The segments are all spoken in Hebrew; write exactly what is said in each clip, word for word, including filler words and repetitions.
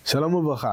שלום וברכה.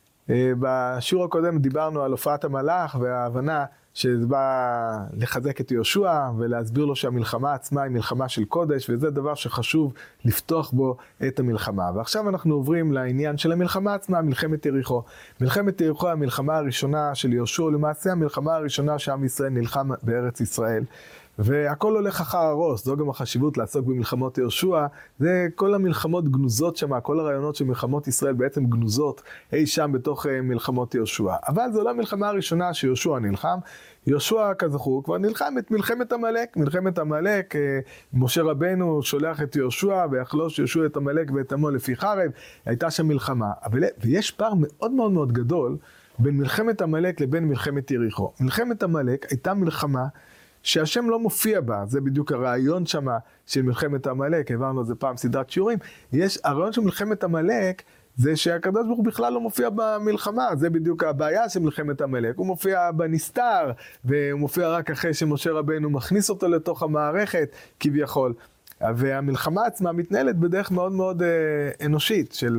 בשיעור הקודם דיברנו על הופעת המלאך וההבנה שזה בא לחזק את יהושע ולהסביר לו שהמלחמה עצמה היא מלחמה של קודש, וזה דבר שחשוב לפתוח בו את המלחמה. ועכשיו אנחנו עוברים לעניין של המלחמה עצמה, מלחמת יריחו. מלחמת יריחו היא המלחמה הראשונה של יהושע, למעשה המלחמה הראשונה שעם ישראל נלחם בארץ ישראל. והכל הולך אחר הראש, זו גם החשיבות לעסוק במלחמות יהושע. זה כל המלחמות גנוזות שם, כל הרעיונות של מלחמות ישראל בעצם גנוזות אי שם בתוך מלחמות יהושע. אבל זו לא המלחמה הראשונה שיהושע נלחם. יהושע כזכור כבר נלחם את מלחמת עמלק. מלחמת עמלק, משה רבנו שולח את יהושע ויחלוש יהושע את עמלק ואת עמו לפי חרב. הייתה שם מלחמה. אבל, ויש פער מאוד מאוד מאוד גדול בין מלחמת עמלק לבין מלחמת יריחו. מלחמת עמלק הייתה מלחמה שהשם לא מופיע בה, זה בדיוק הרעיון שמה של מלחמת עמלק, העברנו על זה פעם סדרת שיעורים. יש, הרעיון של מלחמת עמלק זה שהקדוש ברוך הוא בכלל לא מופיע במלחמה, זה בדיוק הבעיה של מלחמת עמלק. הוא מופיע בנסתר, והוא מופיע רק אחרי שמשה רבנו מכניס אותו לתוך המערכת כביכול. והמלחמה עצמה מתנהלת בדרך מאוד מאוד אה, אנושית של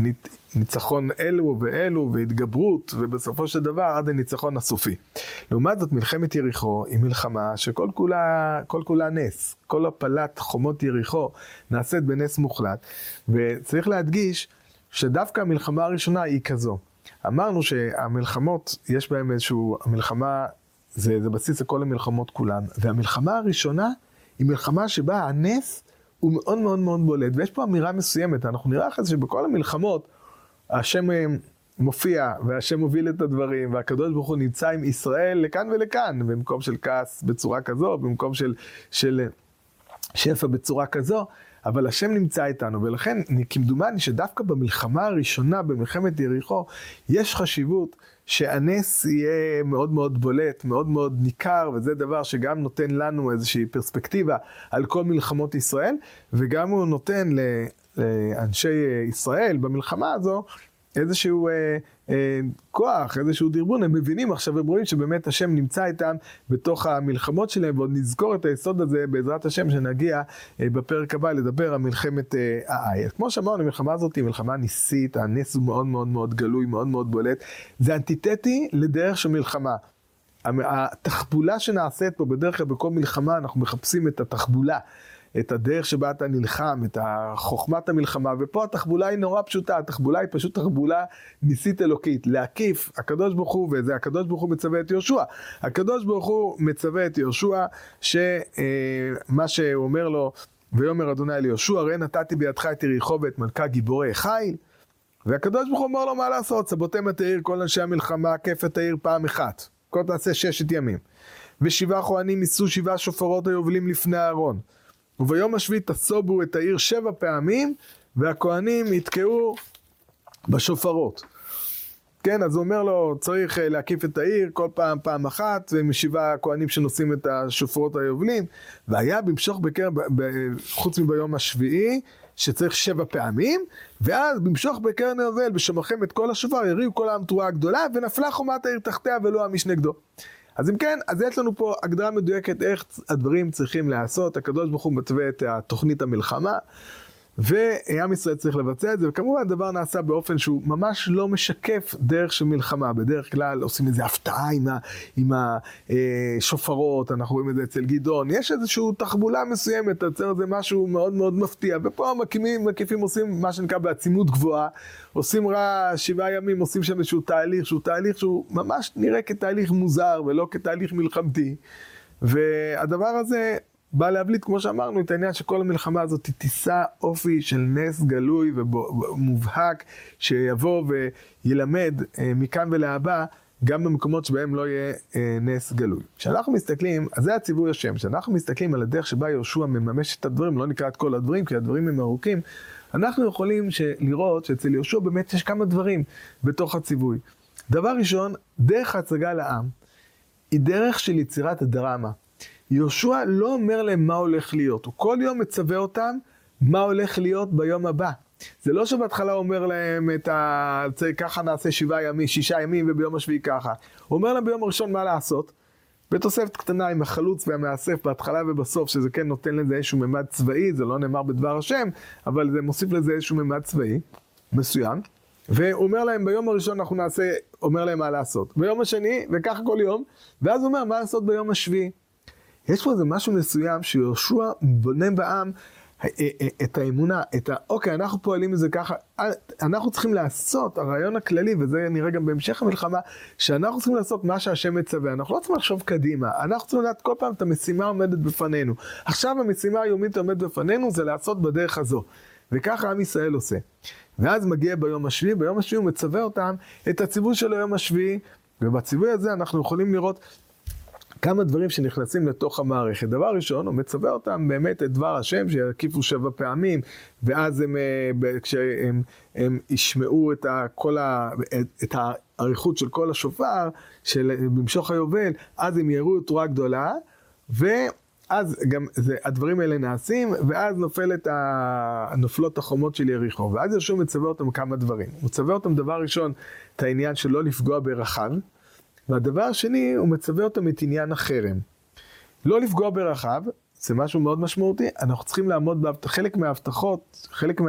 ניצחון אלו ואלו והתגברות, ובסופו של דבר עד הניצחון הסופי. לעומת זאת מלחמת יריחו היא מלחמה שכל כולה, כל כולה נס. כל הפלת חומות יריחו נעשית בנס מוחלט, וצריך להדגיש שדווקא המלחמה הראשונה היא כזו. אמרנו שהמלחמות יש בהם איזשהו, המלחמה זה, זה בסיס לכל המלחמות כולן, והמלחמה הראשונה היא מלחמה שבה הנס הוא מאוד מאוד מאוד בולט, ויש פה אמירה מסוימת. אנחנו נראה אחרי זה שבכל המלחמות השם מופיע והשם מוביל את הדברים, והקדוש ברוך הוא נמצא עם ישראל לכאן ולכאן, במקום של כעס בצורה כזו, במקום של, של שפע בצורה כזו, אבל השם נמצא איתנו, ולכן כמדומני שדווקא במלחמה הראשונה, במלחמת יריחו, יש חשיבות שהנס יהיה מאוד מאוד בולט, מאוד מאוד ניכר, וזה דבר שגם נותן לנו איזושהי פרספקטיבה על כל מלחמות ישראל, וגם הוא נותן לאנשי ישראל במלחמה הזו איזשהו אה, אה, כוח, איזשהו דרבון. הם מבינים עכשיו ורואים שבאמת השם נמצא איתם בתוך המלחמות שלהם, ועוד נזכור את היסוד הזה בעזרת השם שנגיע אה, בפרק הבא לדבר על מלחמת אה, האי. כמו שאמרנו, המלחמה הזאת היא מלחמה ניסית, הנס הוא מאוד מאוד מאוד גלוי, מאוד מאוד בולט. זה אנטיתטי לדרך של מלחמה. התחבולה שנעשית פה בדרך כלל בכל מלחמה, אנחנו מחפשים את התחבולה, את הדרך שבה אתה נלחם, את חוכמת המלחמה, ופה התחבולה היא נורא פשוטה, התחבולה היא פשוט תחבולה ניסית אלוקית, להקיף הקדוש ברוך הוא, וזה הקדוש ברוך הוא מצווה את יהושע. הקדוש ברוך הוא מצווה את יהושע, שמה שהוא אומר לו, ויאמר אדוני אל יהושע, ראה נתתי בידך את יריחו ואת מלכה גיבורי חיל, והקדוש ברוך הוא אומר לו מה לעשות, סבותם את העיר, כל אנשי המלחמה, כיף את העיר פעם אחת, כל תעשה ששת ימים, ושבעה כהנים יישאו שבעה שופרות היובלים לפני הארון, וביום השביעי תסובו את העיר שבע פעמים, והכהנים יתקעו בשופרות. כן, אז הוא אומר לו, צריך להקיף את העיר כל פעם פעם אחת, ומשבעה הכהנים שנושאים את השופרות היובלים, והיה במשוך בקרב, חוץ מביום השביעי, שצריך שבע פעמים, ואז במשוך בקרן היובל, בשמכם את כל השופר, יריעו כל העם תרועה גדולה, ונפלה חומת העיר תחתיה ולא האיש נגדו. אז אם כן, אז יש לנו פה הגדרה מדויקת איך הדברים צריכים לעשות. הקדוש ברוך הוא מתווה את תוכנית המלחמה, ועם ישראל צריך לבצע את זה, וכמובן הדבר נעשה באופן שהוא ממש לא משקף דרך של מלחמה. בדרך כלל עושים איזו הפתעה עם, ה, עם השופרות, אנחנו רואים את זה אצל גדעון, יש איזושהי תחבולה מסוימת, יוצר זה משהו מאוד מאוד מפתיע, ופה המקיפים, מקיפים עושים מה שנקרא בעצימות גבוהה, עושים רע שבעה ימים, עושים שם איזשהו תהליך, שהוא תהליך שהוא ממש נראה כתהליך מוזר, ולא כתהליך מלחמתי, והדבר הזה בא להבליט, כמו שאמרנו, את העניין שכל המלחמה הזאת תישא אופי של נס גלוי ומובהק, שיבוא וילמד מכאן ולהבא, גם במקומות שבהם לא יהיה נס גלוי. כשאנחנו מסתכלים, אז זה הציווי השם, כשאנחנו מסתכלים על הדרך שבה יהושע מממש את הדברים, לא נקרא את כל הדברים, כי הדברים הם ארוכים, אנחנו יכולים לראות שאצל יהושע באמת יש כמה דברים בתוך הציווי. דבר ראשון, דרך ההצגה לעם, היא דרך של יצירת הדרמה. יהושע לא אומר להם מה הולך להיות, הוא כל יום מצווה אותם מה הולך להיות ביום הבא. זה לא שבהתחלה הוא אומר להם את ה... ככה נעשה שבעה ימים, שישה ימים וביום השביעי ככה. הוא אומר להם ביום הראשון מה לעשות, בתוספת קטנה עם החלוץ והמאסף בהתחלה ובסוף, שזה כן נותן לזה איזשהו ממד צבאי, זה לא נאמר בדבר השם, אבל זה מוסיף לזה איזשהו ממד צבאי מסוים. והוא אומר להם, ביום הראשון אנחנו נעשה, אומר להם מה לעשות. ביום השני, וכך כל יום, ואז הוא אומר, מה לעשות ביום השביעי? יש פה איזה משהו מסוים שיהושע בונה בעם את האמונה, את ה... אוקיי, אנחנו פועלים מזה ככה, אנחנו צריכים לעשות, הרעיון הכללי, וזה נראה גם בהמשך המלחמה, שאנחנו צריכים לעשות מה שהשם מצווה, אנחנו לא צריכים לחשוב קדימה, אנחנו צריכים לדעת כל פעם את המשימה עומדת בפנינו. עכשיו המשימה היומית עומדת בפנינו, זה לעשות בדרך הזו. וככה עם ישראל עושה. ואז מגיע ביום השביעי, ביום השביעי הוא מצווה אותם את הציווי של היום השביעי, ובציווי הזה אנחנו יכולים לראות כמה דברים שנכנסים לתוך המערכת. דבר ראשון, הוא מצווה אותם באמת את דבר השם, שיקיפו שבע פעמים, ואז הם, כשהם הם ישמעו את, כל ה, את האריכות של כל השופר, של במשוך היובל, אז הם יראו תרועה גדולה, ואז גם זה, הדברים האלה נעשים, ואז נופלת ה, נופלות החומות של יריחו. ואז יהושע מצווה אותם כמה דברים. הוא מצווה אותם דבר ראשון, את העניין של לא לפגוע ברחב, והדבר השני, הוא מצווה אותם את עניין החרם. לא לפגוע ברחב, זה משהו מאוד משמעותי, אנחנו צריכים לעמוד, בהבט... חלק מההבטחות, חלק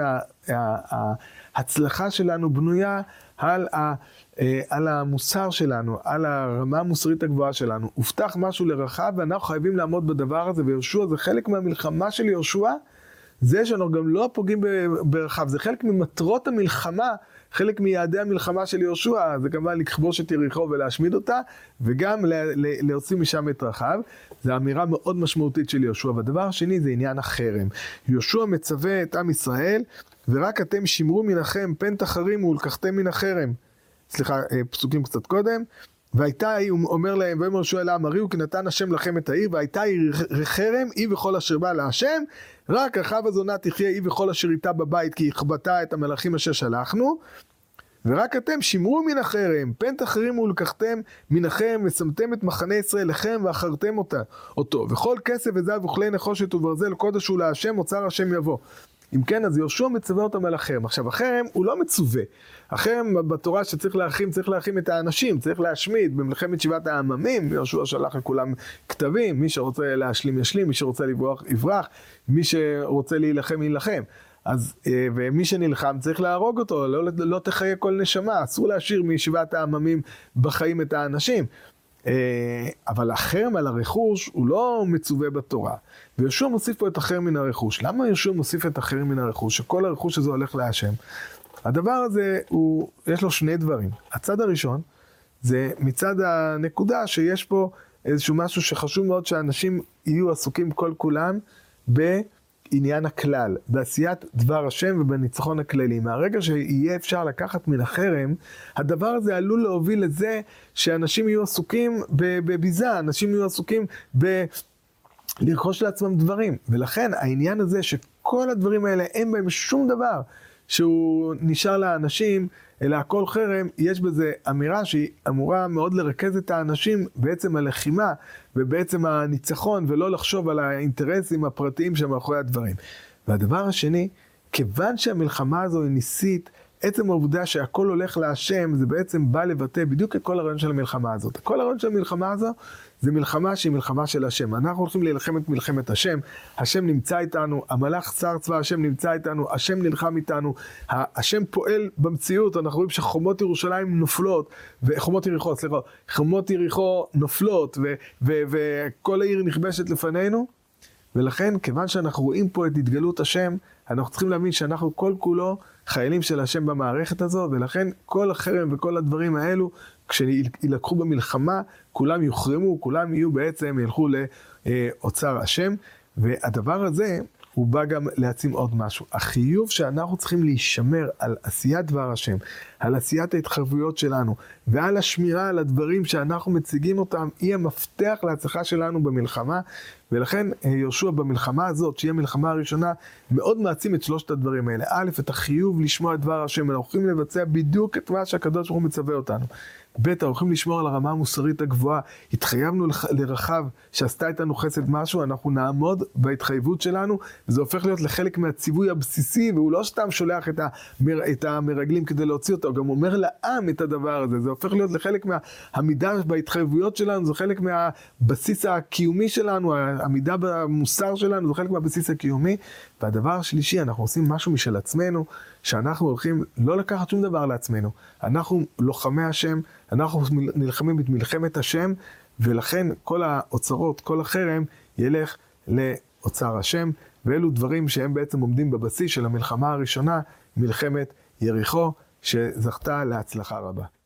מההצלחה שלנו בנויה על, ה... על המוסר שלנו, על הרמה המוסרית הגבוהה שלנו. הובטח משהו לרחב, ואנחנו חייבים לעמוד בדבר הזה, ויהושע זה חלק מהמלחמה של יהושע, זה שאנחנו גם לא פוגעים ברחב, זה חלק ממטרות המלחמה, חלק מיעדי המלחמה של יהושע, זה כמובן לכבוש את יריחו ולהשמיד אותה, וגם להוציא משם את רחב. זו אמירה מאוד משמעותית של יהושע. והדבר השני זה עניין החרם. יהושע מצווה את עם ישראל, ורק אתם שמרו מנחם, פן תחרימו ולקחתם מן החרם. סליחה, פסוקים קצת קודם. והייתה, הוא אומר להם, ואומר יהושע אל העם, הריעו כי נתן השם לכם את העיר, והייתה היא חרם, היא וכל אשר בא להשם, רק רחב הזונה תחיה, היא וכל אשר איתה בבית, כי הכבתה את המלאכים אשר שלחנו, ורק אתם שמרו מן החרם, פן תחרימו ולקחתם מן החרם, ושמתם את מחנה ישראל לכם, ואחרתם אותה, אותו, וכל כסף וזהב וכלי נחושת וברזל, קודש הוא להשם, אוצר השם יבוא. אם כן, אז יהושע מצווה אותם על החרם. עכשיו, החרם הוא לא מצווה. החרם בתורה שצריך להכין, צריך להכין את האנשים, צריך להשמיד. במלחמת שבעת העממים, יהושע שלח לכולם כתבים, מי שרוצה להשלים ישלים, מי שרוצה לברוח יברח, מי שרוצה להילחם יילחם. אז, ומי שנלחם צריך להרוג אותו, לא, לא תחיה כל נשמה, אסור להשאיר משבעת העממים בחיים את האנשים. אבל החרם על הרכוש הוא לא מצווה בתורה. ויהושע מוסיף פה את החרם מן הרכוש. למה יהושע מוסיף את החרם מן הרכוש? שכל הרכוש הזה הולך להשם. הדבר הזה הוא, יש לו שני דברים. הצד הראשון זה מצד הנקודה שיש פה איזשהו משהו שחשוב מאוד שאנשים יהיו עסוקים כל כולם בעניין הכלל, בעשיית דבר השם ובניצחון הכללי. מהרגע שיהיה אפשר לקחת מן החרם, הדבר הזה עלול להוביל לזה שאנשים יהיו עסוקים בביזה, אנשים יהיו עסוקים ב... לרכוש לעצמם דברים. ולכן העניין הזה שכל הדברים האלה אין בהם שום דבר שהוא נשאר לאנשים, אלא הכל חרם, יש בזה אמירה שהיא אמורה מאוד לרכז את האנשים בעצם הלחימה ובעצם הניצחון, ולא לחשוב על האינטרסים הפרטיים שמאחורי הדברים. והדבר השני, כיוון שהמלחמה הזו היא ניסית, עצם העובדה שהכל הולך להשם, זה בעצם בא לבטא בדיוק את כל הרעיון של המלחמה הזאת. כל הרעיון של המלחמה הזו, זה מלחמה שהיא מלחמה של השם. אנחנו הולכים להילחם את מלחמת השם, השם נמצא איתנו, המלאך שר צבא השם נמצא איתנו, השם נלחם איתנו, השם פועל במציאות, אנחנו רואים שחומות ירושלים נופלות, וחומות יריחו, סליחה, חומות יריחו נופלות, ו- ו- וכל העיר נכבשת לפנינו, ולכן, כיוון שאנחנו רואים פה את התגלות השם, אנחנו צריכים להבין שאנחנו כל כולו חיילים של השם במערכת הזו, ולכן כל החרם וכל הדברים האלו, כשילקחו במלחמה, כולם יוחרמו, כולם יהיו בעצם, ילכו לאוצר השם, והדבר הזה, הוא בא גם להעצים עוד משהו. החיוב שאנחנו צריכים להישמר על עשיית דבר השם, על עשיית ההתחייבויות שלנו, ועל השמירה על הדברים שאנחנו מציגים אותם, היא המפתח להצלחה שלנו במלחמה, ולכן יהושע במלחמה הזאת, שהיא המלחמה הראשונה, מאוד מעצים את שלושת הדברים האלה. א', את החיוב לשמוע את דבר השם, אנחנו הולכים לבצע בדיוק את מה שהקדוש ברוך הוא מצווה אותנו. ב', אנחנו הולכים לשמור על הרמה המוסרית הגבוהה, התחייבנו לרחב שעשתה איתנו חסד משהו, אנחנו נעמוד בהתחייבות שלנו, וזה הופך להיות לחלק מהציווי הבסיסי, והוא לא סתם שולח את, המר, את המרגלים כדי להוציא אותה, הוא גם אומר לעם את הדבר הזה, זה הופך להיות לחלק מהעמידה בהתחייבויות שלנו, זה חלק מהבסיס הקיומי שלנו, העמידה במוסר שלנו, זה חלק מהבסיס הקיומי. והדבר השלישי, אנחנו עושים משהו משל עצמנו, שאנחנו הולכים לא לקחת שום דבר לעצמנו. אנחנו לוחמי השם, אנחנו נלחמים את מלחמת השם, ולכן כל האוצרות, כל החרם, ילך לאוצר השם, ואלו דברים שהם בעצם עומדים בבסיס של המלחמה הראשונה, מלחמת יריחו, שזכתה להצלחה רבה.